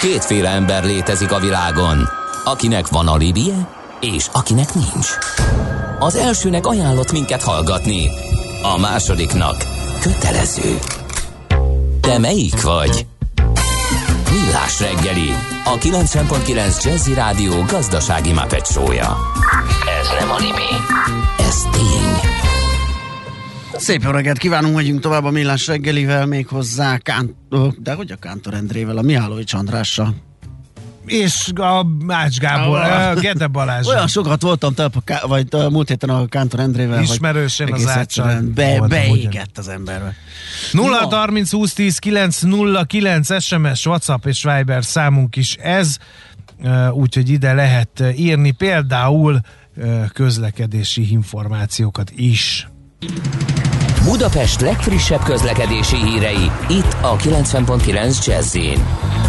Kétféle ember létezik a világon, akinek van alibije, és akinek nincs. Az elsőnek ajánlott minket hallgatni, a másodiknak kötelező. Te melyik vagy? Millás reggeli, a 90.9 Jazzy Rádió gazdasági Muppet show-ja. Ez nem anime, ez tény. Szép jó reggelt kívánunk, megyünk tovább a Millás reggelivel, méghozzá a Kántor Endrével, a Mihálovics Andrással. És a Ács Gábor, Gede Balázs. Olyan sokat voltam múlt héten a Kántor Endrével, ismerősen az Áccsal. Beégett az emberbe. 0-30 20 10 909 SMS, WhatsApp és Viber számunk is ez, úgyhogy ide lehet írni például közlekedési információkat is. Budapest legfrissebb közlekedési hírei, itt a 90.9 Jazz-in.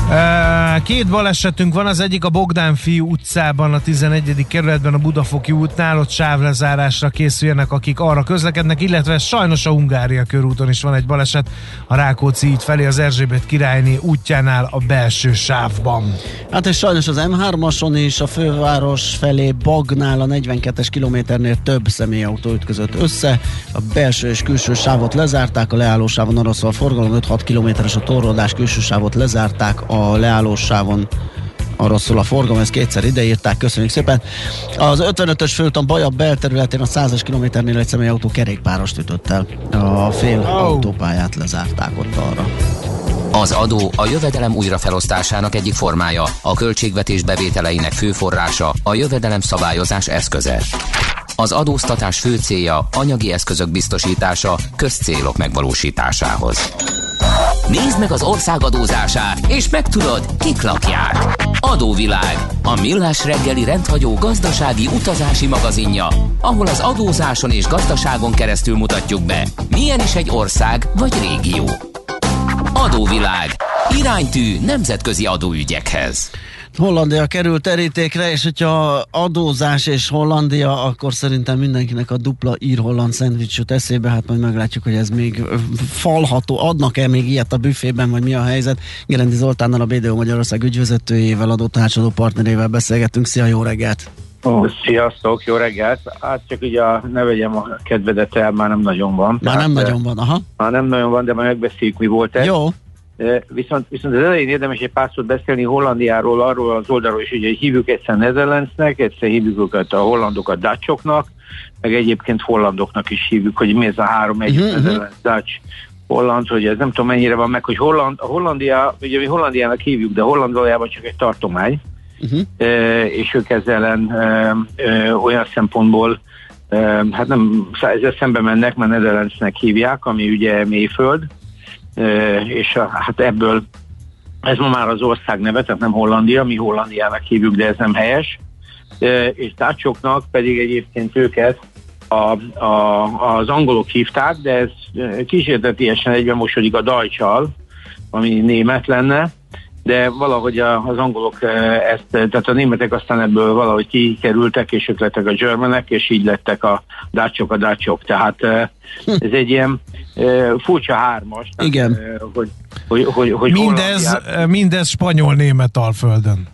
Két balesetünk van, az egyik a Bogdán fiú utcában, a 11. kerületben, a Budafoki útnál, ott sávlezárásra készüljenek, akik arra közlekednek, illetve sajnos a Hungária körúton is van egy baleset, a Rákóczi híd felé, az Erzsébet királyné útjánál a belső sávban. Hát és sajnos az M3-ason is, a főváros felé Bagnál a 42-es kilométernél több személyautó ütközött össze, a belső és külső sávot lezárták, a leállósávon arra szól a forgalom, 5-6 kilométeres a torlódás, külső sávot lezárták, a leállósávon arra szól a forgalom, ezt kétszer ideírták, köszönjük szépen. Az 55-ös főúton Bajab belterületén a 100-as kilométernél egy személyautó kerékpárost ütött el. A fél autópályát lezárták ott arra. Az adó a jövedelem újrafelosztásának egyik formája, a költségvetés bevételeinek fő forrása, a jövedelem szabályozás eszköze. Az adóztatás fő célja anyagi eszközök biztosítása közcélok megvalósításához. Nézd meg az ország adózását, és megtudod, kik lakják. Adóvilág, a millás reggeli rendhagyó gazdasági utazási magazinja, ahol az adózáson és gazdaságon keresztül mutatjuk be, milyen is egy ország vagy régió. Adóvilág, iránytű nemzetközi adóügyekhez. Hollandia került terítékre, és hogyha adózás és Hollandia, akkor szerintem mindenkinek a dupla ír-holland szendvics jut eszébe, hát majd meglátjuk, hogy ez még falható, adnak-e még ilyet a büfében, vagy mi a helyzet. Gerendi Zoltánnal, a BDO Magyarország ügyvezetőjével, adótanácsadó partnerével beszélgettünk. Szia, jó reggelt! Sziasztok, jó reggelt! Hát csak ugye ne vegyem a kedvedet el, már nem nagyon van. Már nem nagyon van, aha. Már nem nagyon van, de már megbeszéljük, mi volt ez. Jó. Viszont az elején érdemes egy pár szót beszélni Hollandiáról, arról az oldalról is, ugye hívjuk egyszer Netherlandsnek, egyszer hívjuk őket a hollandokat Dutchoknak, meg egyébként hollandoknak is hívjuk, hogy mi ez a három együtt, Netherlands, Dutch, Holland, hogy ez nem tudom mennyire van meg, hogy a Hollandia, ugye mi Hollandiának hívjuk, de Holland valójában csak egy tartomány, és ők ezzel olyan szempontból hát nem ezzel szembe mennek, mert Netherlandsnek hívják, ami ugye mélyföld, és hát ebből ez ma már az ország neve, tehát nem Hollandia, mi Hollandiának hívjuk, de ez nem helyes, és Dutchoknak pedig egyébként őket az angolok hívták, de ez kísértetiesen egyben mosodik a Deutschal, ami német lenne, de valahogy az angolok ezt, tehát a németek aztán ebből valahogy kikerültek, és ők lettek a Germanek, és így lettek a Dutchok. Tehát ez egy ilyen furcsa hármas. Igen. Hogy mindez spanyol-német Alföldön.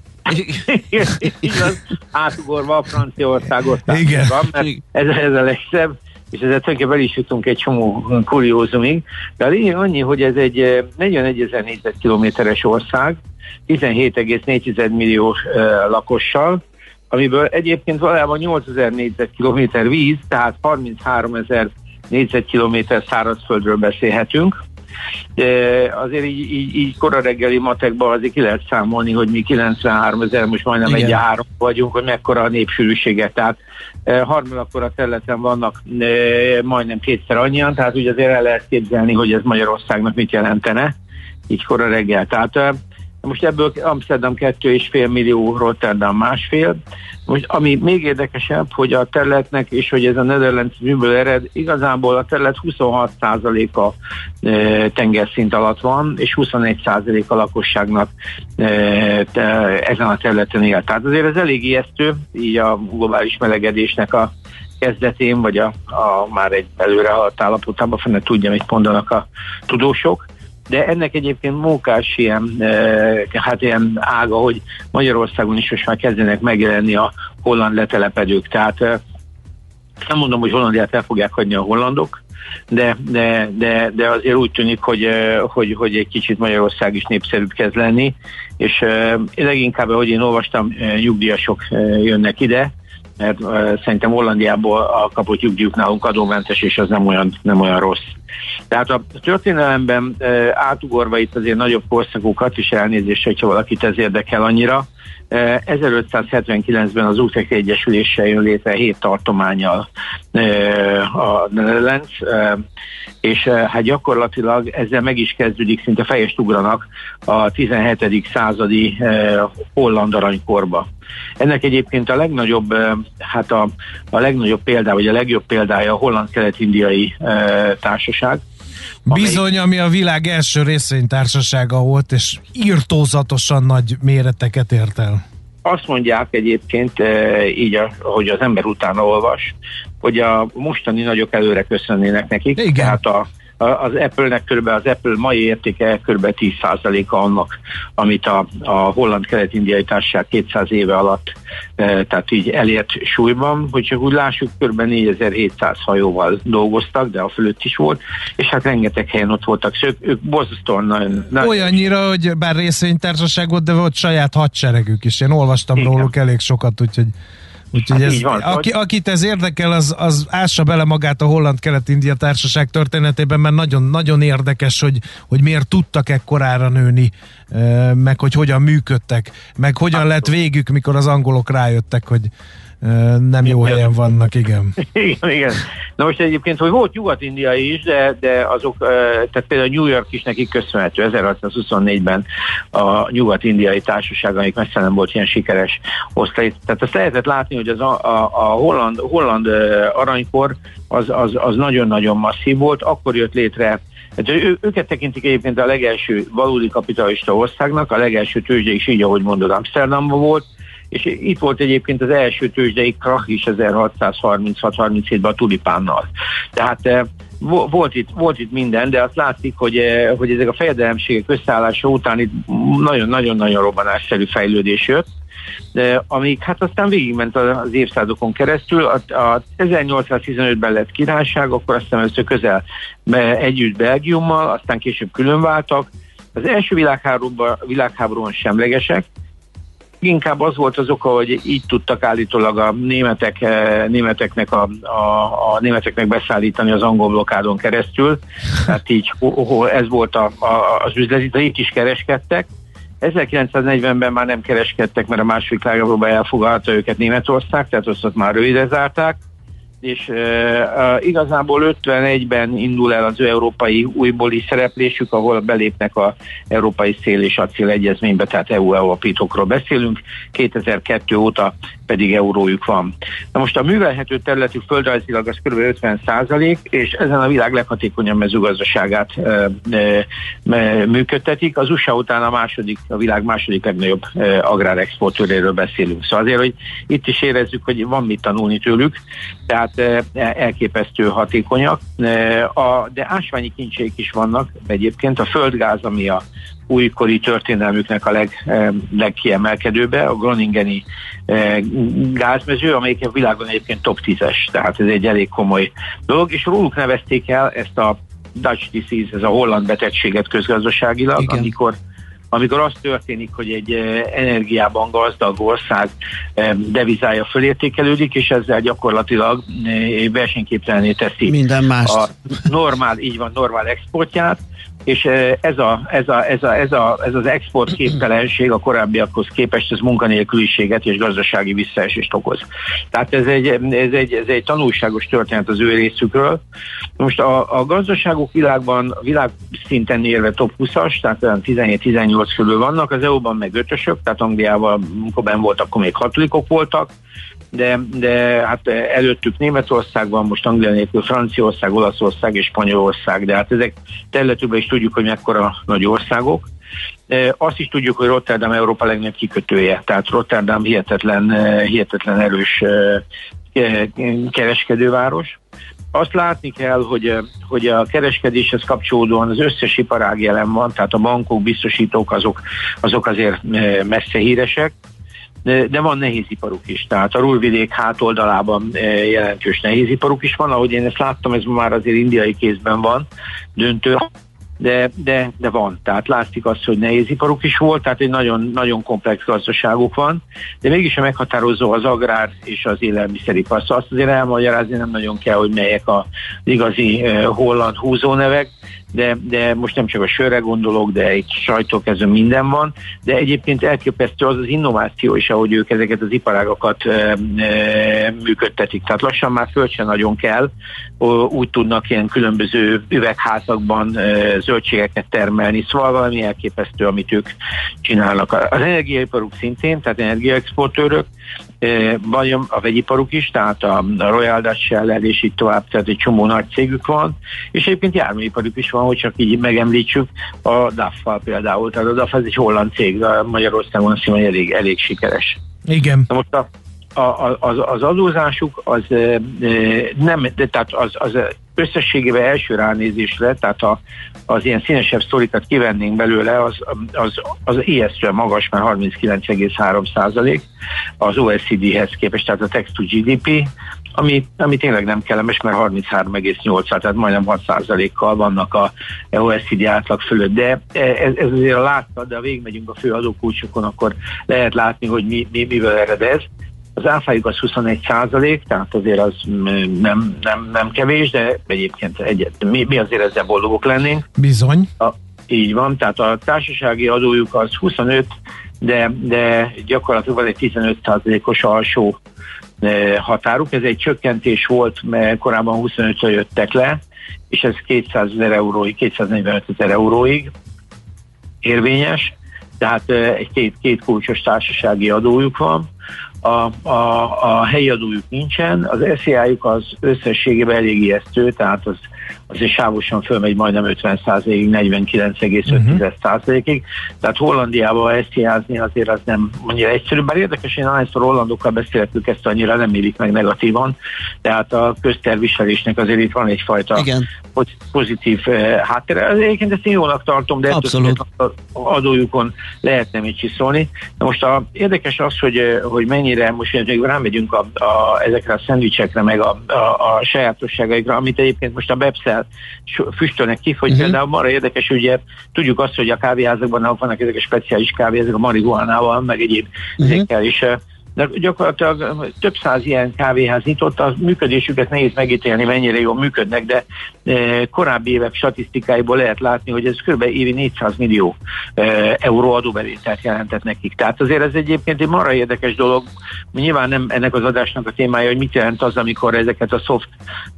Igaz, átugorva a Franciaországot. Igen. Mert ez a legszebb, és ezzel tulajdonképpen is jutunk egy csomó kuriózumig, de a lényeg annyi, hogy ez egy 41 000 négyzetkilométeres ország, 17,4 millió lakossal, amiből egyébként valójában 8 000 négyzetkilométer víz, tehát 33 000 négyzetkilométer szárazföldről beszélhetünk. Azért így kora reggeli matekban azért ki lehet számolni, hogy mi 93 000, most majdnem 1-3 vagyunk, hogy mekkora a népsűrűsége. Tehát harmadakkora területen vannak majdnem kétszer annyian, tehát ugye azért el lehet képzelni, hogy ez Magyarországnak mit jelentene, így kora reggel. Tehát most ebből Amsterdam 2,5 millió, Rotterdam 1,5. Most ami még érdekesebb, hogy a területnek, és hogy ez a Netherlands műből ered, igazából a terület 26%-a tengerszint alatt van, és 21% a lakosságnak ezen a területen él. Tehát azért ez elég ijesztő, így a globális melegedésnek a kezdetén, vagy a már egy előre haladt állapotában, fene tudja, mit mondanak a tudósok. de ennek egyébként mókás ilyen ága, hogy Magyarországon is most már kezdenek megjelenni a holland letelepedők. Tehát nem mondom, hogy Hollandiát el fogják hagyni a hollandok, de azért úgy tűnik, hogy egy kicsit Magyarország is népszerűbb kezd lenni, és leginkább, ahogy én olvastam, nyugdíjasok jönnek ide, mert szerintem Hollandiából a kapott nyugdíjuk nálunk adómentes, és az nem olyan rossz. Tehát a történelemben átugorva itt azért nagyobb korszakokat, és elnézést, hogyha valakit ez érdekel annyira, 1579-ben az Utrecht Egyesüléssel jön létre 7 tartománnyal a Netherlands, és hát gyakorlatilag ezzel meg is kezdődik, szinte fejest ugranak a 17. századi holland aranykorba. Ennek egyébként a legnagyobb, a legnagyobb példája, vagy a legjobb példája a holland-kelet-indiai társaság. Bizony, ami a világ első részvénytársasága volt, és irtózatosan nagy méreteket ért el. Azt mondják egyébként, így, hogy az ember utána olvas, hogy a mostani nagyok előre köszönnének nekik. Igen. Tehát az Apple-nek az Apple mai értéke kb. 10%-a annak, amit a holland-kelet-indiai társaság 200 éve alatt tehát így elért súlyban, hogy csak úgy lássuk, kb. 4700 hajóval dolgoztak, de a fölött is volt, és hát rengeteg helyen ott voltak, ők borzasztóan nagyon... Olyannyira, hogy bár részvénytársaság volt, de volt saját hadseregük is. Én olvastam Igen. róluk elég sokat, úgyhogy Hát ez, van, akit ez érdekel, az ássa bele magát a Holland-Kelet-India társaság történetében, mert nagyon, nagyon érdekes, hogy miért tudtak ekkorára nőni, meg hogy hogyan működtek, meg hogyan lett végük, mikor az angolok rájöttek, hogy nem jó helyen vannak, igen. Igen. Na most egyébként, hogy volt Nyugat-Indiai is, de azok, tehát például New York is nekik köszönhető 1624-ben a Nyugat-Indiai társaság, amik messze nem volt ilyen sikeres osztály. Tehát azt lehetett látni, hogy a holland aranykor az nagyon-nagyon masszív volt, akkor jött létre. Hát őket tekintik egyébként a legelső valódi kapitalista országnak, a legelső tőzsde is így, ahogy mondod, Amsterdamban volt, és itt volt egyébként az első tőzsdei krach is 1636-37-ben a tulipánnal. Tehát volt itt minden, de azt látszik, hogy ezek a fejedelemségek összeállása után itt nagyon-nagyon robbanásszerű fejlődés jött, amíg hát aztán végigment az évszázadokon keresztül. A 1815-ben lett királyság, akkor aztán össze közel együtt Belgiummal, aztán később különváltak. Az első világháborúban semlegesek, inkább az volt az oka, hogy így tudtak állítólag a németeknek a németeknek beszállítani az angol blokádon keresztül. Tehát így ez volt az üzleti, de itt is kereskedtek. 1940-ben már nem kereskedtek, mert a második világháborúban elfogadta őket Németország, tehát azt már rövidre zárták, és igazából 51-ben indul el az európai újbóli szereplésük, ahol belépnek az Európai Szél és Acél Egyezménybe, tehát EU alapítókról beszélünk, 2002 óta pedig eurójuk van. Na most a művelhető területük földrajzilag az kb. 50%, és ezen a világ leghatékonyabb mezőgazdaságát működtetik. Az USA után a világ második legnagyobb agrárexportőréről beszélünk. Szóval azért, hogy itt is érezzük, hogy van mit tanulni tőlük, tehát elképesztő hatékonyak. De ásványi kincseik is vannak egyébként. A földgáz, ami a újkori történelmüknek a legkiemelkedőbe, a Groningeni gázmező, amelyik a világon egyébként top 10-es, tehát ez egy elég komoly dolog, és róluk nevezték el ezt a Dutch disease, ez a holland betegséget közgazdaságilag, amikor az történik, hogy egy energiában gazdag ország devizája fölértékelődik, és ezzel gyakorlatilag versenyképtelenné teszi minden mást. A normál exportját, és ez az exportképtelenség a korábbiakhoz képest ez munkanélküliséget és gazdasági visszaesést okoz. Tehát ez egy tanulságos történet az ő részükről. Most a gazdaságok világszinten érve top 20-as, tehát 17-18 fölül vannak, az EU-ban meg 5-ösök, tehát Angliával, amikor benn voltak, akkor még hatolikok voltak, de hát előttük Németország van, most Anglia nélkül Franciaország, Olaszország és Spanyolország, de hát ezek területükben is tudjuk, hogy mekkora nagy országok. Azt is tudjuk, hogy Rotterdam Európa legnagyobb kikötője, tehát Rotterdam hihetetlen erős kereskedőváros, azt látni kell, hogy a kereskedéshez kapcsolódóan az összes iparág jelen van, tehát a bankok, biztosítók azok azért messze híresek, de van nehéziparuk is, tehát a Ruhrvidék hátoldalában jelentős nehéziparuk is van, ahogy én ezt láttam, ez már azért indiai kézben van, döntő, de van. Tehát látszik azt, hogy nehéziparuk is volt, tehát egy nagyon, nagyon komplex gazdaságuk van, de mégis a meghatározó az agrár és az élelmiszeripar. Szóval azt azért elmagyarázni nem nagyon kell, hogy melyek az igazi holland húzónevek, de most nem csak a sörre gondolok, de egy sajtól kezdve minden van, de egyébként elképesztő az innováció is, ahogy ők ezeket az iparágakat működtetik. Tehát lassan már föld sem nagyon kell, úgy tudnak ilyen különböző üvegházakban zöldségeket termelni, szóval valami elképesztő, amit ők csinálnak. Az energiaiparuk szintén, tehát energiaexportőrök, vagy a vegyiparuk is, tehát a Royal Dutch Shell és így tovább, tehát egy csomó nagy cégük van, és egyébként járműiparuk is van, hogy csak így megemlítsük, a DAF-val például, tehát a DAF ez egy holland cég, de Magyarországon azt mondom, hogy elég sikeres. Igen. Na most az adózásuk az nem, de tehát az összességében első ránézésre, tehát az ilyen színesebb sztorikat kivennénk belőle, az ijesztően magas, már 39,3% az OECD-hez képest, tehát a tax to GDP, ami tényleg nem kellemes, mert 33,8, tehát majdnem 6%-kal vannak a OECD átlag fölött, de ez azért a látszott, de ha végigmegyünk a fő adókulcsokon, akkor lehet látni, hogy miből ered ez. Az áfájuk az 21%, tehát azért az nem kevés, de egyébként mi azért ezzel boldogok lennénk. Bizony. Így van, tehát a társasági adójuk az 25, de gyakorlatilag van egy 15%-os alsó határuk. Ez egy csökkentés volt, mert korábban 25-ről jöttek le, és ez 245 000 euróig érvényes, tehát egy két kulcsos társasági adójuk van. A helyi adójuk nincsen, az SZIA-juk az összességében elég ijesztő, tehát az azért sávosan fölmegy majdnem 50%-ig, 49,5%-ig, tehát Hollandiában SZIA-zni azért az nem annyira egyszerű, bár érdekes, én ahányszor hollandokkal beszéltük, ezt annyira nem élik meg negatívan, tehát a közterviselésnek azért itt van egyfajta pozitív háttere. Egyébként ezt én jónak tartom, de ettől adójukon lehetne mit csiszolni. Na most érdekes az, hogy mennyire, most még rámegyünk ezekre a szendvicsekre, meg a sajátosságaikra, amit egyébként most a BEPS-el füstölnek ki, hogy például marra érdekes, ugye tudjuk azt, hogy a kávéházakban vannak ezek a speciális kávé, ezek a marihuánával, meg egyéb ezekkel is. De gyakorlatilag több száz ilyen kávéház nyitott, a működésüket nehéz megítélni, mennyire jól működnek, de korábbi évek statisztikáiból lehet látni, hogy ez kb. Évi 400 millió euró adóbevételt jelentett nekik. Tehát azért ez egyébként egy marra érdekes dolog. Nyilván nem ennek az adásnak a témája, hogy mit jelent az, amikor ezeket a soft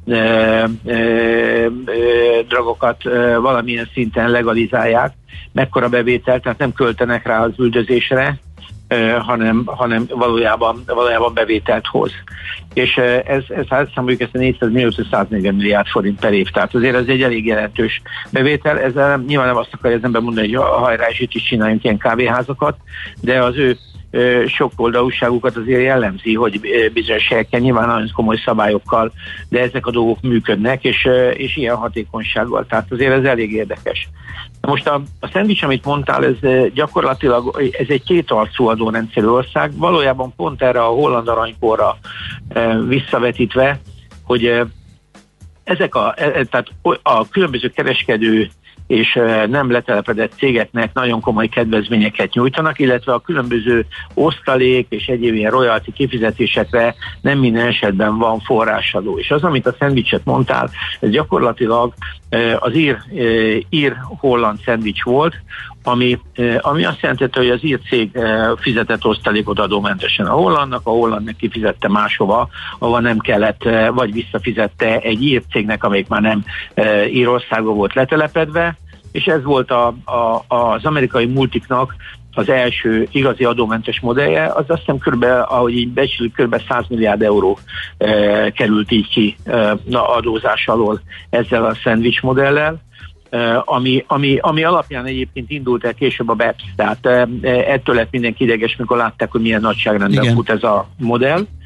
dragokat valamilyen szinten legalizálják, mekkora bevétel, tehát nem költenek rá az üldözésre, hanem valójában bevételt hoz. És ez számoljuk ezt a 400 millió 140 milliárd forint per év, tehát azért ez egy elég jelentős bevétel. Ezzel nyilván nem azt akarja az ember mondani, hogy hajrá, és itt is csináljunk ilyen kávéházakat, de az ő sok oldalúságukat azért jellemzi, hogy bizonyos helyeken nyilván nagyon komoly szabályokkal, de ezek a dolgok működnek, és ilyen hatékonysággal, tehát azért ez elég érdekes. Most a szendvics, amit mondtál, ez gyakorlatilag ez egy kétarcú adórendszerű ország, valójában pont erre a holland aranykorra visszavetítve, hogy ezek tehát a különböző kereskedő és nem letelepedett cégeknek nagyon komoly kedvezményeket nyújtanak, illetve a különböző osztalék és egyéb ilyen royalty kifizetésekre nem minden esetben van forrásadó. És az, amit a szendvicset mondtál, ez gyakorlatilag az ír-holland szendvics volt, ami azt jelentette, hogy az ír cég fizetett osztalékot adómentesen a hollandnak kifizette máshova, ahova nem kellett, vagy visszafizette egy ír cégnek, amelyik már nem Írországban volt letelepedve, és ez volt az amerikai multiknak az első igazi adómentes modellje, az azt hiszem ahogy így becsüljük, kb. 100 milliárd euró került így ki adózás alól ezzel a szendvics modellel, ami alapján egyébként indult el később a BEPS, tehát ettől lett mindenki ideges, mikor látták, hogy milyen nagyságrendben fut ez a modell.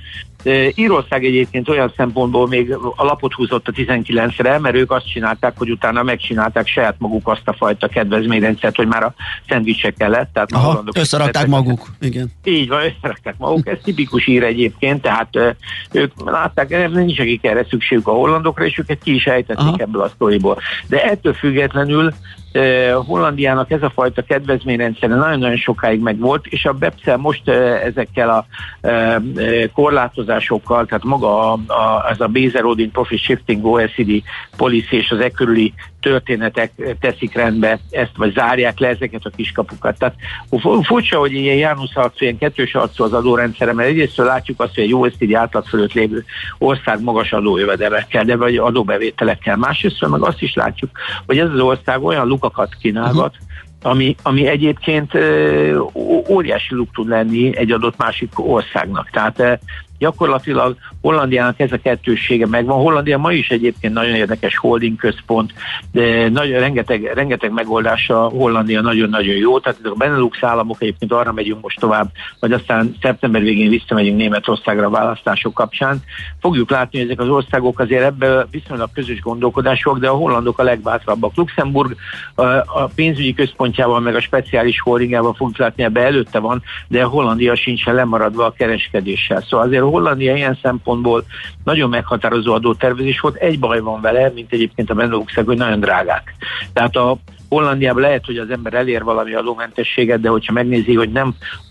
Írország egyébként olyan szempontból még a lapot húzott a 19-re, mert ők azt csinálták, hogy utána megcsinálták saját maguk azt a fajta kedvezményrendszert, hogy már a szendvicsekkel lett. Tehát összerakták maguk. Igen. Így van, összerakták maguk. Ez tipikus ír egyébként, tehát ők látták, nincs akik erre szükségük a hollandokra, és őket ki is ejtették ebből a sztoriból. De ettől függetlenül Hollandiának ez a fajta kedvezményrendszer nagyon-nagyon sokáig megvolt, és a BEPS-el most ezekkel a korlátozásokkal, tehát maga ez a Base Eroding Profit Shifting OECD Policy és az e körüli történetek teszik rendbe ezt, vagy zárják le ezeket a kiskapukat. Tehát furcsa, hogy ilyen János-arcú, ilyen kettős arcú az adórendszere, mert egyrészt látjuk azt, hogy egy OECD átlag fölött lévő ország magas adójövedelmekkel, de vagy adóbevételekkel. Másrészt meg azt is látjuk, hogy ez az ország olyan lukakat kínálgat, ami egyébként óriási luk tud lenni egy adott másik országnak. Tehát gyakorlatilag Hollandiának ez a kettőssége megvan. Hollandia ma is egyébként nagyon érdekes holding központ, de rengeteg megoldása Hollandia nagyon-nagyon jó. Tehát a Benelux államok egyébként arra megyünk most tovább, vagy aztán szeptember végén visszamegyünk Németországra a választások kapcsán. Fogjuk látni, hogy ezek az országok azért ebből viszonylag közös gondolkodások, de a hollandok a legbátrabbak. Luxemburg a pénzügyi központjával, meg a speciális holdingával fogjuk látni, ebbe előtte van, de a Hollandia sincsen lemaradva a kereskedéssel. Szóval azért a Hollandia ilyen szempontból nagyon meghatározó adótervezés volt. Egy baj van vele, mint egyébként a Beneluxek, hogy nagyon drágák. Tehát a Hollandiában lehet, hogy az ember elér valami adómentességet, de hogyha megnézi, hogy nem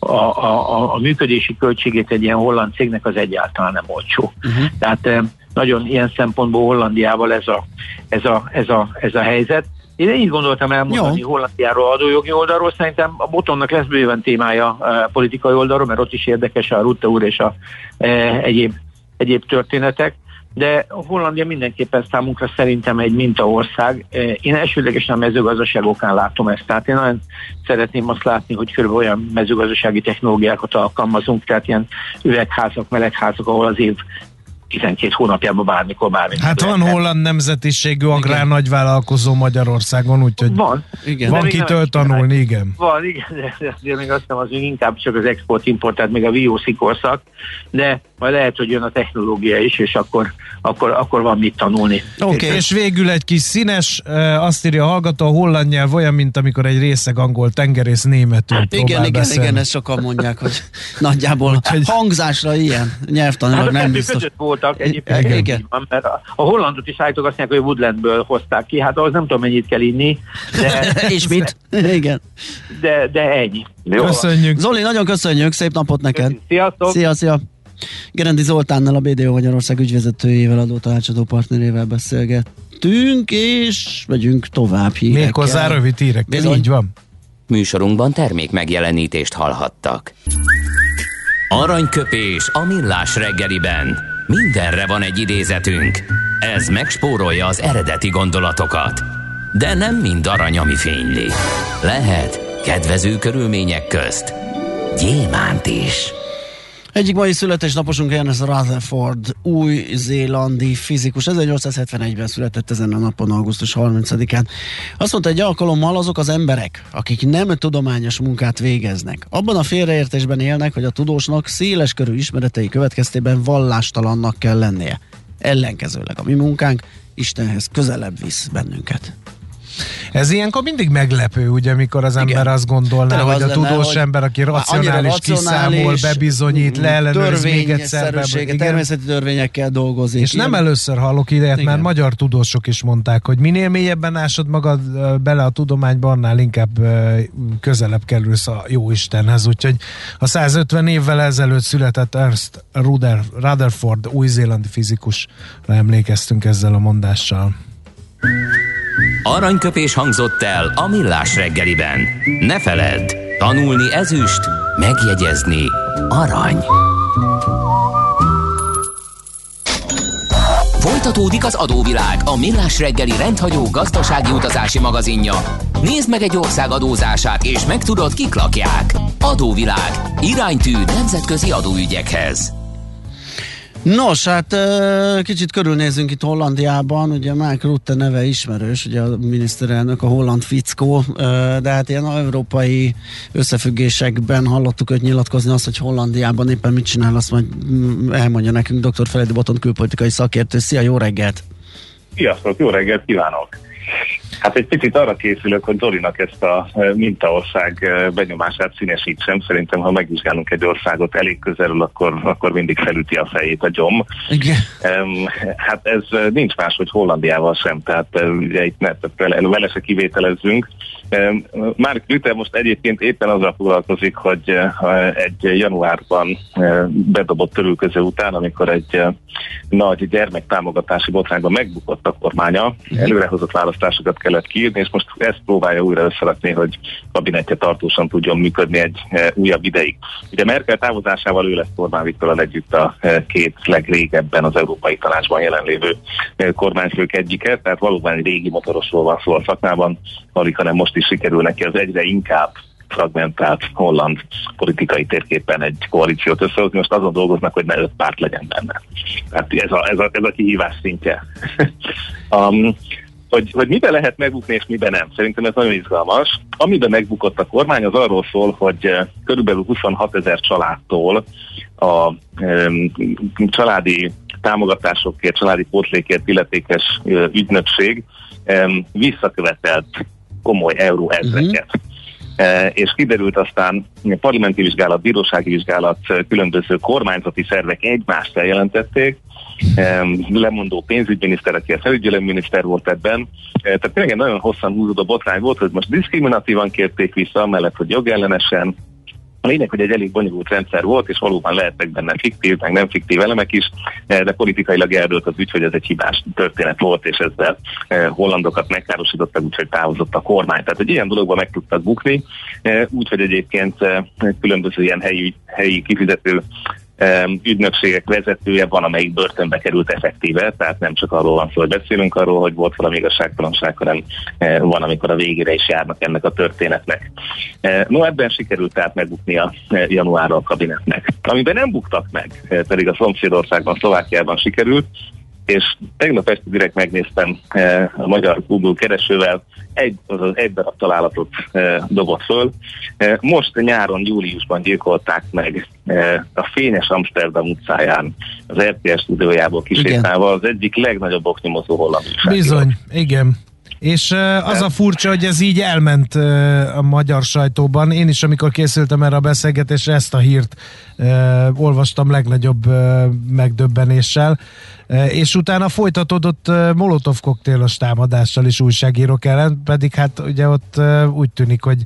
a működési költségét egy ilyen holland cégnek, az egyáltalán nem olcsó. Tehát nagyon ilyen szempontból Hollandiával ez a helyzet. Én így gondoltam elmondani Hollandiáról adójogi oldalról, szerintem a Botonnak lesz bőven témája politikai oldalról, mert ott is érdekes a Rutte úr és a egyéb történetek, de a Hollandia mindenképpen számunkra szerintem egy mintaország. Én elsődlegesen a mezőgazdaságokán látom ezt, tehát én nagyon szeretném azt látni, hogy körülbelül olyan mezőgazdasági technológiákat alkalmazunk, tehát ilyen üvegházak, melegházak, ahol az év 12 hónapjában bármikor. Hát van holland nemzetiségű agrár nagyvállalkozó Magyarországon, úgyhogy van kitől tanulni, igen. Van, igen, de azért még azt hiszem, az inkább csak az export-import, tehát még a VOC korszak, de majd lehet, hogy jön a technológia is, és akkor van mit tanulni. Oké. És végül egy kis színes, azt írja a hallgató, a holland nyelv olyan, mint amikor egy részeg angol tengerész németül próbál beszélni. Igen, ezt sokan mondják, hogy nagyjából hangzásra ilyen nyelvtanulók nem biztos. Voltak egyébként, mert a hollandot is állítok, azt mondják, hogy Woodlandből hozták ki, hát ahhoz nem tudom, mennyit kell inni. De, és mit? Igen. De ennyi. Köszönjük. Zoli, nagyon köszönjük, szép napot neked. Sziasztok. Szia. Gerendi Zoltánnal, a BDO Magyarország ügyvezetőjével, adótanácsadó partnerével beszélgettünk, és megyünk tovább hírekkel. Méghozzá rövid hírekkel, így van. Műsorunkban termék megjelenítést hallhattak. Aranyköpés a millás reggeliben. Mindenre van egy idézetünk. Ez megspórolja az eredeti gondolatokat. De nem mind arany, ami fényli. Lehet kedvező körülmények közt gyémánt is. Egyik mai születésnaposunk Ernest Rutherford, új-zélandi fizikus. 1871-ben született ezen a napon, augusztus 30-án. Azt mondta egy alkalommal, azok az emberek, akik nem tudományos munkát végeznek, abban a félreértésben élnek, hogy a tudósnak széleskörű ismeretei következtében vallástalannak kell lennie. Ellenkezőleg a mi munkánk Istenhez közelebb visz bennünket. Ez ilyenkor mindig meglepő, ugye, mikor az ember azt gondolná, hogy a tudós ember, aki racionális, kiszámol, bebizonyít, leellenőriz még egyszer. Természeti törvényekkel dolgozik. És nem először hallok ilyet, mert magyar tudósok is mondták, hogy minél mélyebben ásod magad bele a tudományba, annál inkább közelebb kerülsz a Jóistenhez. Úgyhogy a 150 évvel ezelőtt született Ernest Rutherford, új-zélandi fizikusra emlékeztünk ezzel a mondással. Aranyköpés hangzott el a millás reggeliben. Ne feledd, tanulni ezüst, megjegyezni arany. Folytatódik az Adóvilág, a millás reggeli rendhagyó gazdasági utazási magazinja. Nézd meg egy ország adózását, és megtudod, kik lakják. Adóvilág, iránytű nemzetközi adóügyekhez. Nos, hát kicsit körülnézünk itt Hollandiában, ugye Mark Rutte neve ismerős, ugye a miniszterelnök, a holland fickó, de hát ilyen európai összefüggésekben hallottuk őt nyilatkozni azt, hogy Hollandiában éppen mit csinál, azt majd elmondja nekünk dr. Feledi Botond külpolitikai szakértő. Szia, jó reggelt! Sziasztok, jó reggelt kívánok! Hát egy picit arra készülök, hogy Zolinak ezt a mintaország benyomását színesítsem. Szerintem, ha megvizsgálunk egy országot elég közelről, akkor mindig felüti a fejét a gyom. Igen. Hát ez nincs más, hogy Hollandiával sem, tehát ugye itt vele se kivételezzünk. Mark Rutte most egyébként éppen azzal foglalkozik, hogy egy januárban bedobott törülköző után, amikor egy nagy gyermektámogatási botrányban megbukott a kormánya, előrehozott választásokat kellett kiírni, és most ezt próbálja újra összerakni, hogy kabinetje tartósan tudjon működni egy újabb ideig. Ugye Merkel távozásával ő lesz Orbán Viktorral együtt a két legrégebben az Európai Tanácsban jelenlévő kormányfők egyike, tehát valóban egy régi motorosról van szó a szakmában, alig, hanem most is sikerül neki az egyre inkább fragmentált holland politikai térképen egy koalíciót összehozni. Most azon dolgoznak, hogy ne 5 párt legyen benne. Tehát ez a kihívás szintje. Hogy miben lehet megbukni és miben nem. Szerintem ez nagyon izgalmas. Amiben megbukott a kormány, az arról szól, hogy körülbelül 26 000 családtól a családi támogatásokért, családi pótlékért illetékes ügynökség visszakövetelt komoly euró ezreket. És kiderült aztán parlamenti vizsgálat, bírósági vizsgálat, különböző kormányzati szervek egymást feljelentették, lemondó pénzügyminiszter, aki a felügyeleminiszter volt ebben. Tehát tényleg egy nagyon hosszan húzódó botrány volt, hogy most diszkriminatívan kérték vissza, amellett, hogy jogellenesen. A lényeg, hogy egy elég bonyolult rendszer volt, és valóban lehetnek benne fiktív, meg nem fiktív elemek is, de politikailag eldőlt az ügy, hogy ez egy hibás történet volt, és ezzel hollandokat megkárosítottak, úgyhogy távozott a kormány. Tehát egy ilyen dologban meg tudtak bukni, úgyhogy egyébként különböző ilyen helyi kifizető ügynökségek vezetője van, amelyik börtönbe került effektíve, tehát nem csak arról van szó, hogy beszélünk arról, hogy volt valami igazságtalanság, hanem van, amikor a végére is járnak ennek a történetnek. No, ebben sikerült tehát megbukni a januárra a kabinetnek. Amiben nem buktak meg, pedig a szomszédországban, Szlovákiában sikerült, és tegnap este direkt megnéztem a magyar Google keresővel, egy darab találatot dobott föl. Most nyáron, júliusban gyilkolták meg a fényes Amsterdam utcáján az RTS stúdiójából kisétálva az egyik legnagyobb oknyomozó holland újságíró. Bizony, igen. És az a furcsa, hogy ez így elment a magyar sajtóban. Én is, amikor készültem erre a beszélgetésre, ezt a hírt olvastam legnagyobb megdöbbenéssel. És utána folytatódott molotov koktélos támadással is újságírók ellen, pedig hát ugye ott úgy tűnik, hogy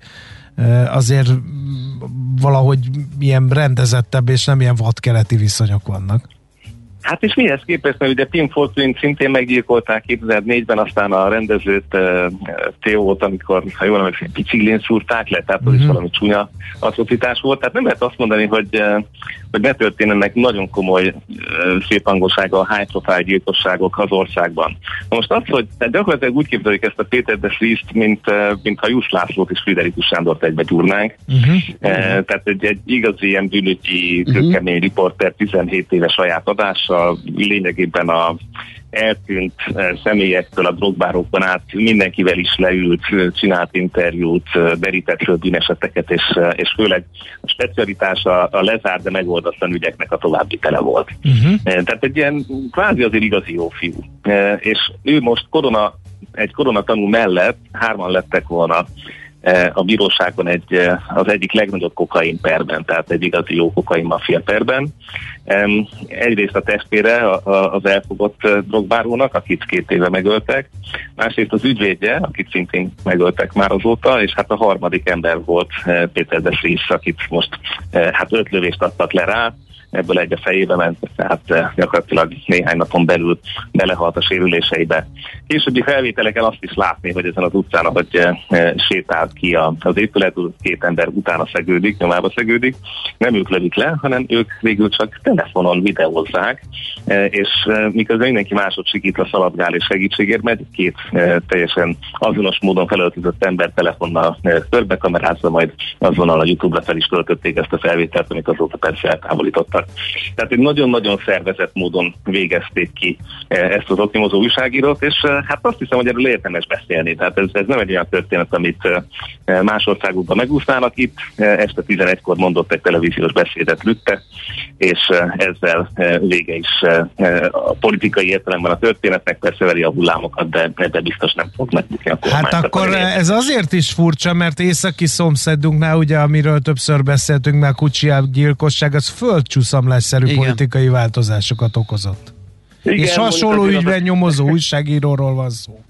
azért valahogy ilyen rendezettebb és nem ilyen vadkeleti viszonyok vannak. Hát és mihez képest, mert ugye Pim Fortuyn szintén meggyilkolták 2004-ben, aztán a rendezőt Teót, amikor, ha jól emlékszem, biciklén szúrták le, tehát az is valami csúnya atrocitás volt. Tehát nem lehet azt mondani, hogy ne történnek nagyon komoly széphangosága a high profile gyilkosságok az országban. Na most az, hogy gyakorlatilag úgy képzeljük ezt a Péter de Vriest, mint ha Juss Lászlót és Friderikus Sándort egybe gyúrnánk. Tehát egy igazi ilyen bűnügyi, kőkemény riporter 17 éves saját adással, lényegében a eltűnt személyektől a drogbárokban át mindenkivel is leült, csinált interjút, derített föl bűneseteket, és főleg a specialitása a lezárt, de megoldatlan ügyeknek a továbbvitele volt. Tehát egy ilyen kvázi azért igazi jó fiú. És ő most egy koronatanú mellett 3 lettek volna a bíróságon az egyik legnagyobb kokain perben, tehát egy igazi jó kokain maffia perben. Egyrészt a testvére az elfogott drogbárónak, akit 2 éve megöltek, másrészt az ügyvédje, akit szintén megöltek már azóta, és hát a harmadik ember volt Péter de Vries, akit most 5 lövést adtak le rá, ebből egy a fejébe ment, tehát gyakorlatilag néhány napon belül belehalt a sérüléseibe. Későbbi felvételeken azt is látni, hogy ezen az utcán, ahogy sétált ki az épület, 2 ember utána szegődik, nyomába szegődik. Nem ők lövik le, hanem ők végül csak telefonon videózzák, és miközben mindenki másod sikítva szaladgál és segítségért megy, 2 teljesen azonos módon felöltözött ember telefonnal körbekamerázza, majd azonnal a YouTube-ra fel is töltötték ezt a felvételt, amit azóta persze eltávolítottak voltak. Tehát egy nagyon-nagyon szervezett módon végezték ki ezt az oknyomozó újságírót, és hát azt hiszem, hogy erről érdemes beszélni. Tehát ez nem egy olyan történet, amit más országokban megúsznának. Itt este 11-kor mondott egy televíziós beszédet Lütte, és ezzel vége is a politikai értelemben a történetnek, persze veri a hullámokat, de biztos nem fog megbukni a kormány. Hát akkor ez azért is furcsa, mert északi szomszédunknál, ugye, amiről többször beszéltünk, már Kuciak gyilkosság, az földcsúszamlásszerű politikai változásokat okozott. Igen, és hasonló ügyben nyomozó újságíróról van szó.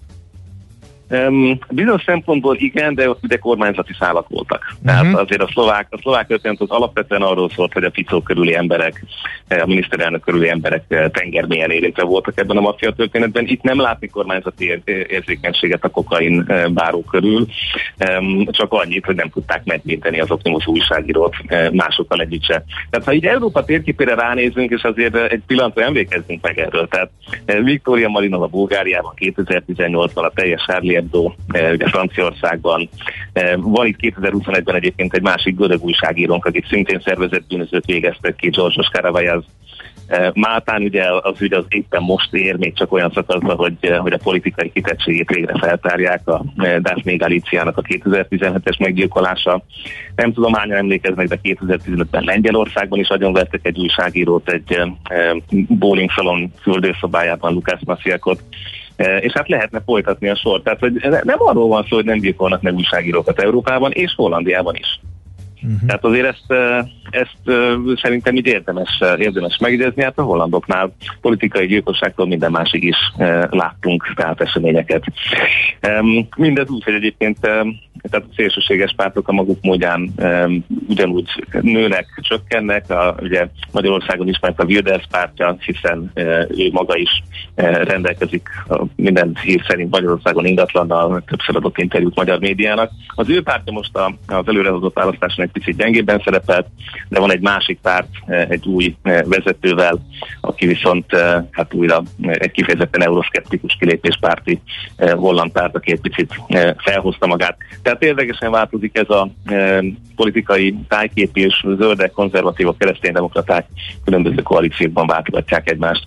Bizonyos szempontból igen, de ott ugye kormányzati szálak voltak. Tehát azért a szlovák történet az alapvetően arról szólt, hogy a Fico körüli emberek, a miniszterelnök körüli emberek tengermélyen érintve voltak ebben a maffia történetben. Itt nem látni kormányzati érzékenységet a kokain báró körül, csak annyit, hogy nem tudták megvédeni az oknyomozó újságírót másokkal együtt se. Tehát ha így Európa térképére ránézünk, és azért egy pillanatra emlékezzünk meg erről. Tehát Viktória Malinova Bulgáriában 2018-ban a teljes Charlie Hebdo, ugye Franciaországban. Van itt 2021-ben egyébként egy másik görög újságírónk, akik szintén szervezett bűnözőt végeztek ki, Georgios Karavajaz. Máltán ugye az ügy az éppen most ér, még csak olyan szakaszban, hogy a politikai kitettségét végre feltárják, a Daphne Galiciának a 2017-es meggyilkolása. Nem tudom, hányan emlékeznek, de 2015-ben Lengyelországban is agyonvertek egy újságírót egy bowling salon fürdőszobájában, Lukács Masiakot. És hát lehetne folytatni a sort. Tehát hogy nem arról van szó, hogy nem gyilkolnak meg újságírókat Európában, és Hollandiában is. Tehát azért ezt szerintem így érdemes megjegyezni, hát a hollandoknál politikai gyilkosságtól minden másig is láttunk tehát eseményeket. Mindez úgy, hogy egyébként tehát a szélsőséges pártok a maguk módján ugyanúgy nőnek, csökkennek, ugye Magyarországon ismert a Wilders pártja, hiszen ő maga is rendelkezik minden hír szerint Magyarországon ingatlannal, többször adott interjút magyar médiának. Az ő pártja most az előrehozott választáson egy picit gyengébben szerepelt, de van egy másik párt, egy új vezetővel, aki viszont hát újra egy kifejezetten euroszkeptikus kilépéspárti holland párt, aki egy picit felhozta magát. Tehát érdekesen változik ez a politikai tájkép, és zöldek, konzervatívok, kereszténydemokraták különböző koalíciókban váltogatják egymást.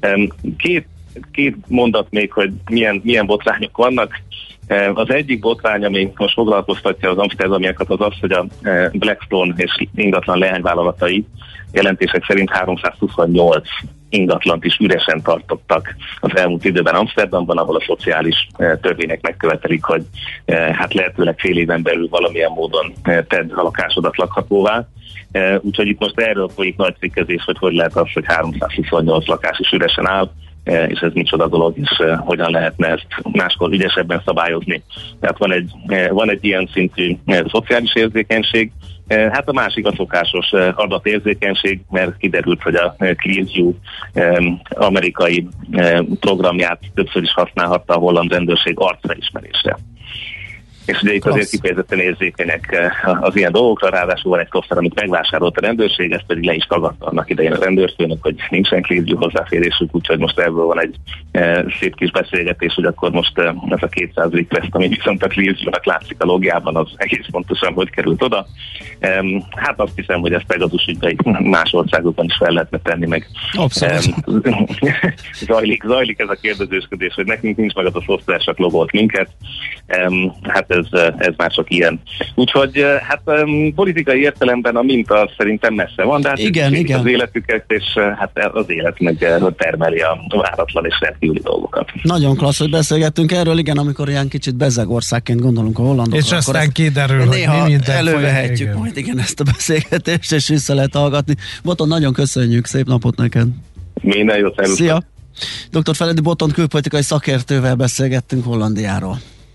Két mondat még, hogy milyen botrányok vannak. Az egyik botrány, ami most foglalkoztatja az amsterdamiakat, az az, hogy a Blackstone és ingatlan leányvállalatai jelentések szerint 328 ingatlant is üresen tartottak az elmúlt időben Amsterdamban, ahol a szociális törvények megkövetelik, hogy hát lehetőleg fél éven belül valamilyen módon tedd a lakásodat lakhatóvá. Úgyhogy itt most erről folyik nagy cikkezés, hogy lehet az, hogy 328 lakás is üresen áll, és ez micsoda dolog, és hogyan lehetne ezt máskor ügyesebben szabályozni. Tehát van egy ilyen szintű szociális érzékenység. Hát a másik a szokásos adatérzékenység, mert kiderült, hogy a Clearview amerikai programját többször is használhatta a holland rendőrség arcraismerésre. És ugye itt azért kifejezetten érzékenyek az ilyen dolgokra, ráadásul van egy szoftver, amit megvásárolt a rendőrség, ezt pedig le is tagadta annak idején a rendőrfőnök, hogy nincsen Clearview hozzáférésük, úgyhogy most ebből van egy szép kis beszélgetés, hogy akkor most ez a 200 request, ami viszont a Clearview-nak látszik a logjában, az egész pontosan hogy került oda. Hát azt hiszem, hogy ezt Pegasus ügyben más országokban is fel lehetne tenni meg. Abszolút. Zajlik ez a kérdezősködés, hogy nekünk nincs meg az a szoftver, csak logolt minket. Hát ez már csak ilyen. Úgyhogy hát politikai értelemben a minta szerintem messze van, de hát igen. Az életüket, és hát az élet meg termeli a váratlan és rendkívüli dolgokat. Nagyon klassz, hogy beszélgettünk erről, igen, amikor ilyen kicsit bezegországként gondolunk a hollandokra. És aztán kiderül, hogy mi minden elővehetjük majd ezt a beszélgetést, és vissza lehet hallgatni. Botond, nagyon köszönjük, szép napot neked! Minden jót, szia! Dr. Feledi Botond külpolitikai szakértővel beszélgettünk Hollandiáról.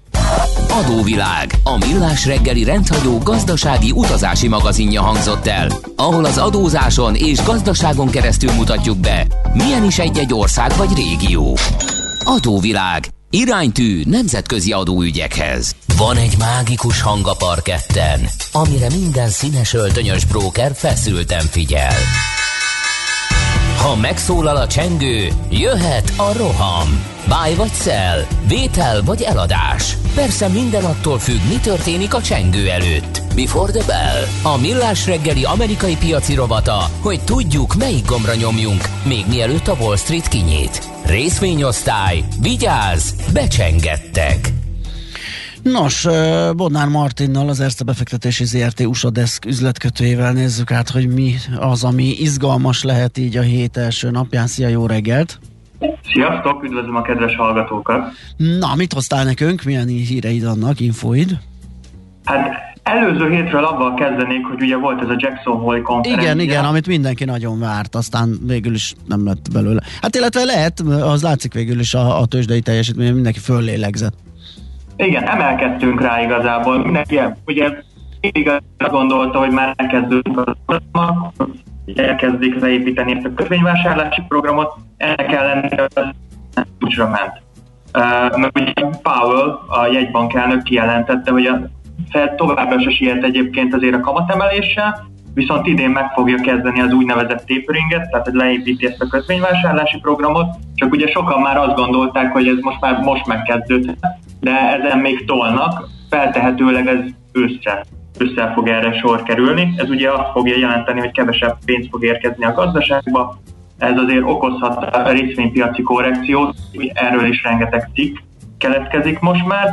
Adóvilág, a millás reggeli rendhagyó gazdasági utazási magazinja hangzott el, ahol az adózáson és gazdaságon keresztül mutatjuk be, milyen is egy ország vagy régió. Adóvilág, iránytű nemzetközi adóügyekhez. Van egy mágikus hang a parketten, amire minden színes öltönyös bróker feszülten figyel. Ha megszólal a csengő, jöhet a roham. Buy vagy sell, vétel vagy eladás. Persze minden attól függ, mi történik a csengő előtt. Before the bell. A Millás reggeli amerikai piaci rovata, hogy tudjuk, melyik gombra nyomjunk, még mielőtt a Wall Street kinyit. Részvényosztály, vigyázz, becsengettek! Nos, Bodnár Martinnal, az Erste Befektetési ZRT USA Desk üzletkötőjével nézzük át, hogy mi az, ami izgalmas lehet így a hét első napján. Szia, jó reggelt! Sziasztok, üdvözlöm a kedves hallgatókat! Na, mit hoztál nekünk? Milyen híreid vannak, infóid? Hát előző hétről abban kezdenék, hogy ugye volt ez a Jackson Hole konferencia. Igen, amit mindenki nagyon várt, aztán végül is nem lett belőle. Hát illetve lehet, az látszik végül is a tőzsdei teljesítmény, mindenki föllélegzett. Igen, emelkedtünk rá igazából. Mindenki ugye azt gondolta, hogy már elkezdődünk a programnak, elkezdik leépíteni ezt a kötvényvásárlási programot, ennek ellenére csúcsra ment. Mert ugye Powell, a jegybank elnök kijelentette, hogy a Fed továbbra se siet egyébként azért a kamatemeléssel, viszont idén meg fogja kezdeni az úgynevezett taperinget, tehát hogy leépíti ezt a kötvényvásárlási programot, csak ugye sokan már azt gondolták, hogy ez most megkezdődhet, de ezen még tolnak, feltehetőleg ez ősszel fog erre sor kerülni. Ez ugye azt fogja jelenteni, hogy kevesebb pénz fog érkezni a gazdaságba, ez azért okozhat a részvénypiaci korrekciót, erről is rengeteg cikk keletkezik most már,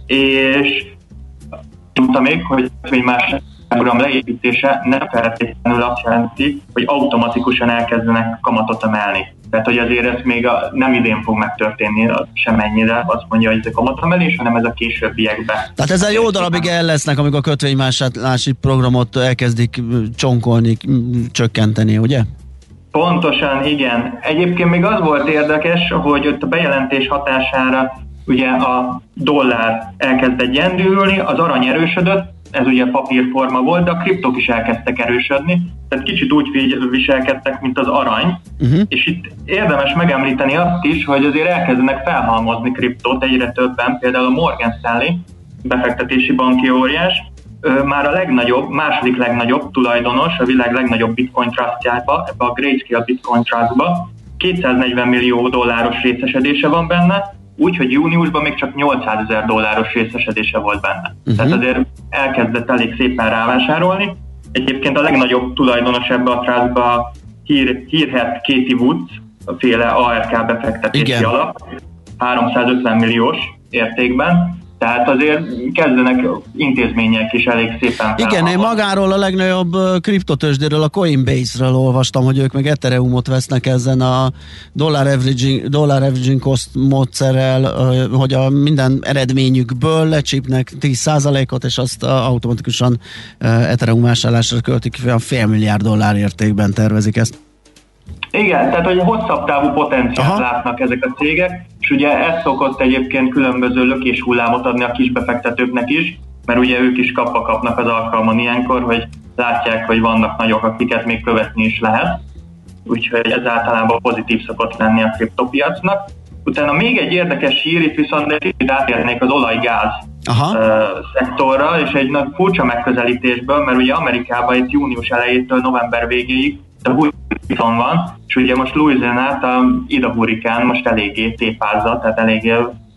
és tudta még, hogy más program leépítése nem feltétlenül azt jelenti, hogy automatikusan elkezdenek kamatot emelni. Tehát, hogy azért ez még nem idén fog megtörténni semennyire, azt mondja, hogy ez a kamatemelés, hanem ez a későbbiekben. Tehát ezzel jó darabig el lesznek, amikor a kötvényvásárlási programot elkezdik csonkolni, csökkenteni, ugye? Pontosan, igen. Egyébként még az volt érdekes, hogy ott a bejelentés hatására ugye a dollár elkezdett gyengülni, az arany erősödött, ez ugye papírforma volt, de a kriptok is elkezdtek erősödni, tehát kicsit úgy viselkedtek, mint az arany, és itt érdemes megemlíteni azt is, hogy azért elkezdenek felhalmozni kriptót egyre többen, például a Morgan Stanley befektetési banki óriás, már a második legnagyobb tulajdonos a világ legnagyobb bitcoin trustjába, ebbe a Grayscale Bitcoin Trustba, $240 millió részesedése van benne, úgyhogy júniusban még csak $800,000 részesedése volt benne. Tehát azért elkezdett elég szépen rávásárolni. Egyébként a legnagyobb tulajdonos ebbe a trustba hírhedt Katie Woods, a féle ARK befektetési alap, 350 milliós értékben. Tehát azért kezdenek intézmények is elég szépen felhalmozni. Igen, én magáról a legnagyobb kriptotőzsdéről, a Coinbase-ről olvastam, hogy ők meg Ethereumot vesznek ezen a dollar averaging cost módszerrel, hogy a minden eredményükből lecsípnek 10%-ot, és azt automatikusan Ethereum vásárlásra költik, olyan $500 milliárd értékben tervezik ezt. Igen, tehát hogy hosszabb távú potenciált látnak ezek a cégek, és ugye ez szokott egyébként különböző lökéshullámot adni a kisbefektetőknek is, mert ugye ők is kapnak az alkalmon ilyenkor, hogy látják, hogy vannak nagyok, akiket még követni is lehet, úgyhogy ez általában pozitív szokott lenni a kriptopiacnak. Utána még egy érdekes hír, itt viszont kicsit átérnék az olaj-gáz szektorra, és egy nagy furcsa megközelítésből, mert ugye Amerikában itt június elejétől november végéig a hurrikán van, és ugye most Louisianát a Ida hurrikán most eléggé tépázza, tehát eléggé,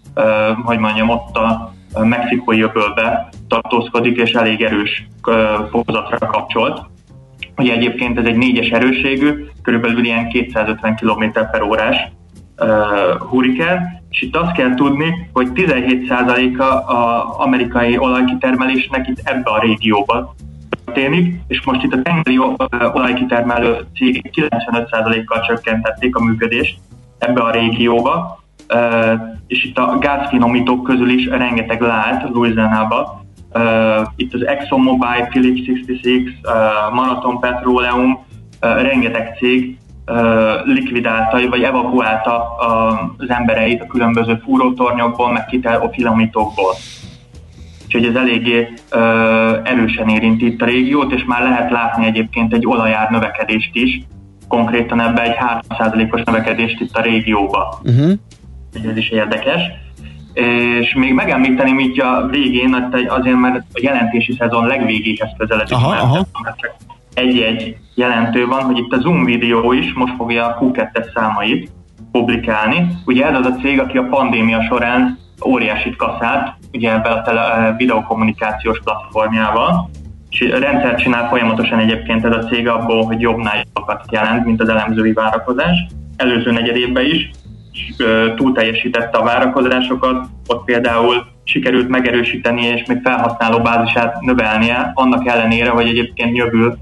ott a mexikói öbölbe tartózkodik, és elég erős fokozatra kapcsolt. Ugye egyébként ez egy 4-es erősségű, körülbelül ilyen 250 km/h hurrikán, és itt azt kell tudni, hogy 17%-a az amerikai olajkitermelésnek itt ebbe a régióban történik, és most itt a tengeri olajkitermelő cégek 95%-kal csökkentették a működést ebbe a régióba, és itt a gázfinomítók közül is rengeteg leállt Louisianába. Itt az ExxonMobil, Phillips 66, Marathon Petroleum, rengeteg cég likvidálta, vagy evakuálta az embereit a különböző fúrótornyokból, meg a finomítókból. Úgyhogy ez eléggé erősen érinti itt a régiót, és már lehet látni egyébként egy olajár növekedést is, konkrétan ebbe egy 3%-os növekedést itt a régióba. Ez is érdekes. És még megemlíteném így a végén, azért mert a jelentési szezon legvégéhez közeledik, mert csak egy-egy jelentő van, hogy itt a Zoom videó is most fogja a Q2-es számait publikálni. Ugye ez az a cég, aki a pandémia során óriásit kaszált, ugye ebben a videokommunikációs platformjával, és rendszert csinál folyamatosan egyébként ez a cég abból, hogy jobbnál jobbakat jelent, mint az elemzői várakozás. Előző negyedévben is túl teljesítette a várakozásokat, ott például sikerült megerősíteni és még felhasználó bázisát növelnie, annak ellenére, hogy egyébként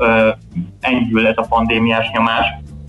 enyhül ez a pandémiás nyomás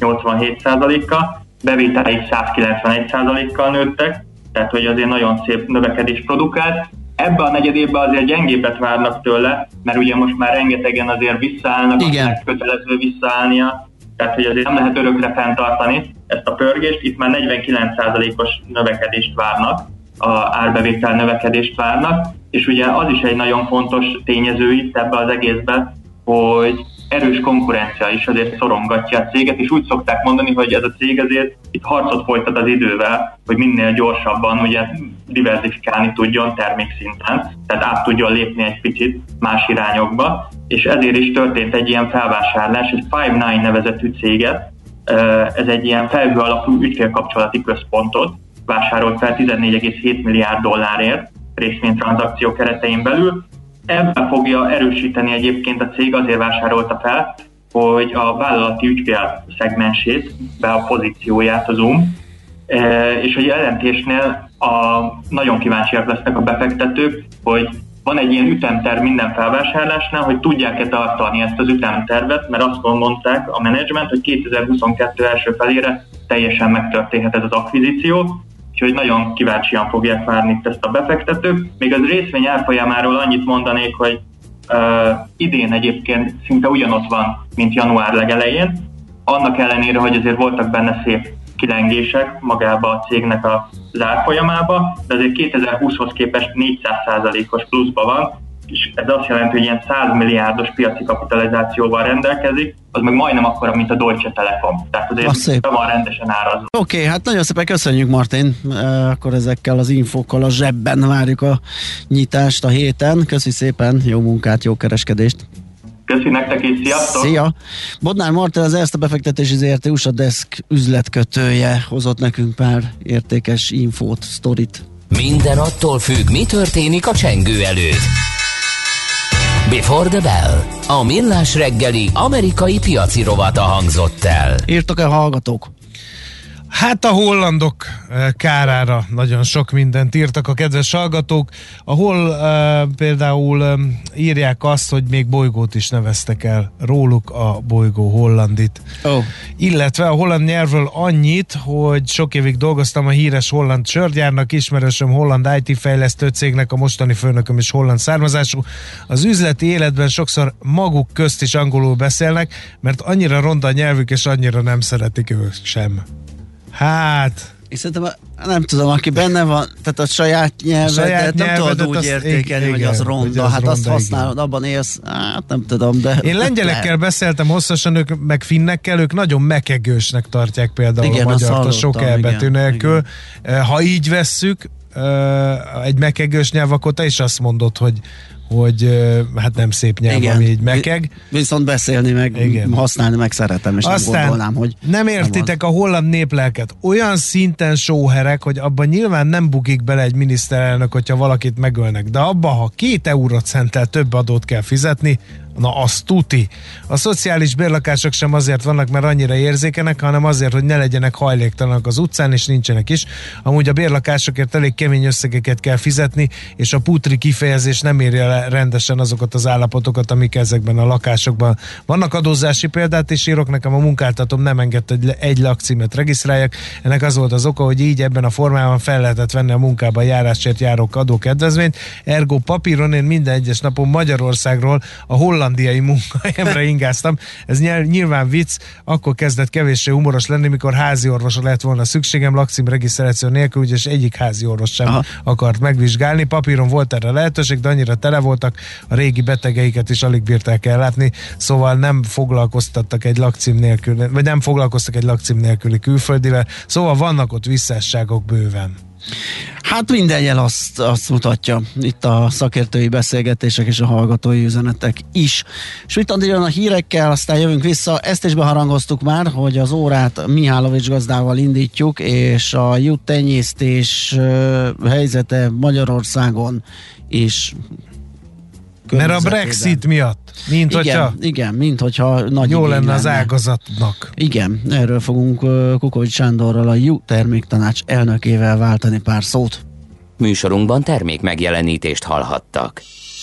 87%-kal, bevételeik 191%-kal nőttek, tehát hogy azért nagyon szép növekedés produkált. Ebben a negyedévben azért gyengébbet várnak tőle, mert ugye most már rengetegen azért visszaállnak, akinek kötelező visszaállnia, tehát hogy azért nem lehet örökre fenntartani ezt a pörgést, itt már 49%-os növekedést várnak, a árbevétel növekedést várnak, és ugye az is egy nagyon fontos tényező itt ebbe az egészben, hogy erős konkurencia is azért szorongatja a céget, és úgy szokták mondani, hogy ez a cég azért itt harcot folytat az idővel, hogy minél gyorsabban ugye diversifikálni tudjon termékszinten, tehát át tudjon lépni egy picit más irányokba, és ezért is történt egy ilyen felvásárlás, egy Five9 nevezetű céget, ez egy ilyen felhő alapú ügyfélkapcsolati központot vásárolt fel 14,7 milliárd dollárért részvénytranzakció keretein belül. Ebben fogja erősíteni egyébként a cég, azért vásárolta fel, hogy a vállalati ügyfél szegmensét, be a pozícióját az Zoom, és a jelentésnél nagyon kíváncsiak lesznek a befektetők, hogy van egy ilyen ütemterv minden felvásárlásnál, hogy tudják-e tartani ezt az ütemtervet, mert azt mondták a menedzsment, hogy 2022 első felére teljesen megtörténhet ez az akvizíció, úgyhogy nagyon kíváncsian fogják várni itt ezt a befektetők. Még az részvény árfolyamáról annyit mondanék, hogy idén egyébként szinte ugyanott van, mint január legelején, annak ellenére, hogy azért voltak benne szép kilengések magába a cégnek az árfolyamába, de azért 2020-hoz képest 400%-os pluszban van, és ez azt jelenti, hogy ilyen 100 milliárdos piaci kapitalizációval rendelkezik, az meg majdnem akkora, mint a Deutsche Telekom. Tehát azért be van rendesen árazva. Oké, hát nagyon szépen köszönjük, Martin. Akkor ezekkel az infókkal a zsebben várjuk a nyitást a héten. Köszi szépen, jó munkát, jó kereskedést! Köszi nektek is, sziasztok! Szia! Bodnár Martin, az Erste Befektetési ZRT USA Desk üzletkötője hozott nekünk pár értékes infót, sztorit. Minden attól függ, mi történik a csengő előtt. Before the Bell. A Millás reggeli amerikai piaci rovata hangzott el. Írtak-e hallgatók? Hát a hollandok kárára nagyon sok mindent írtak a kedves hallgatók, ahol például írják azt, hogy még bolygót is neveztek el róluk, a bolygó Hollandit. Illetve a holland nyelvről annyit, hogy sok évig dolgoztam a híres holland sörgyárnak, ismerősöm holland IT fejlesztő cégnek, a mostani főnököm is holland származású. Az üzleti életben sokszor maguk közt is angolul beszélnek, mert annyira ronda a nyelvük, és annyira nem szeretik ők sem. Hát... És szerintem nem tudom, aki benne van, tehát a saját nyelvedet nem tudod úgy értékelni, hogy az ronda. Hát ronda, azt használod, igen. Abban élsz, hát nem tudom, de... Én lengyelekkel beszéltem hosszasan, ők meg finnekkel, ők nagyon mekegősnek tartják például igen, a magyart a sok elbetű nélkül. Ha így vesszük egy mekegős nyelv, akkor te is azt mondod, hogy hát nem szép nyelv, igen, ami így mekeg. Viszont beszélni meg, igen, használni meg szeretem, és aztán nem gondolnám, hogy nem értitek a holland néplelket. Olyan szinten sóherek, hogy abban nyilván nem bukik bele egy miniszterelnök, hogyha valakit megölnek, de abban, ha 2 eurocenttel több adót kell fizetni, na az tuti. A szociális bérlakások sem azért vannak, mert annyira érzékenek, hanem azért, hogy ne legyenek hajléktalanok az utcán, és nincsenek is. Amúgy a bérlakásokért elég kemény összegeket kell fizetni, és a putri kifejezés nem érje le rendesen azokat az állapotokat, amik ezekben a lakásokban vannak. Adózási példát is írok, nekem a munkáltatóm nem engedte, hogy egy lakcímet regisztráljak. Ennek az volt az oka, hogy így ebben a formában fel lehetett venni a munkában járásért járó adókedvezményt. Ergo papíron én minden egyes napon Magyarországról a hollandiai munkahelyemre ingáztam. Ez nyilván vicc, akkor kezdett kevéssé humoros lenni, mikor házi orvosra lett volna szükségem, lakcím regisztráció nélkül, úgyis egyik házi orvos sem akart megvizsgálni. Papíron volt erre lehetőség, de annyira tele voltak, a régi betegeiket is alig bírták ellátni, szóval nem foglalkoztattak egy lakcím nélkül, vagy nem foglalkoztak egy lakcím nélküli külföldivel, szóval vannak ott visszásságok bőven. Hát minden jel azt mutatja. Itt a szakértői beszélgetések és a hallgatói üzenetek is. És mit jön a hírekkel, aztán jövünk vissza. Ezt is beharangoztuk már, hogy az órát Mihálovics gazdával indítjuk, és a juhtenyésztés helyzete Magyarországon is. Mert a Brexit miatt, mint hogyha nagy jó lenne az ágazatnak. Igen, erről fogunk Kukovics Sándorral, a Ju Terméktanács elnökével váltani pár szót. Műsorunkban termék megjelenítést hallhattak.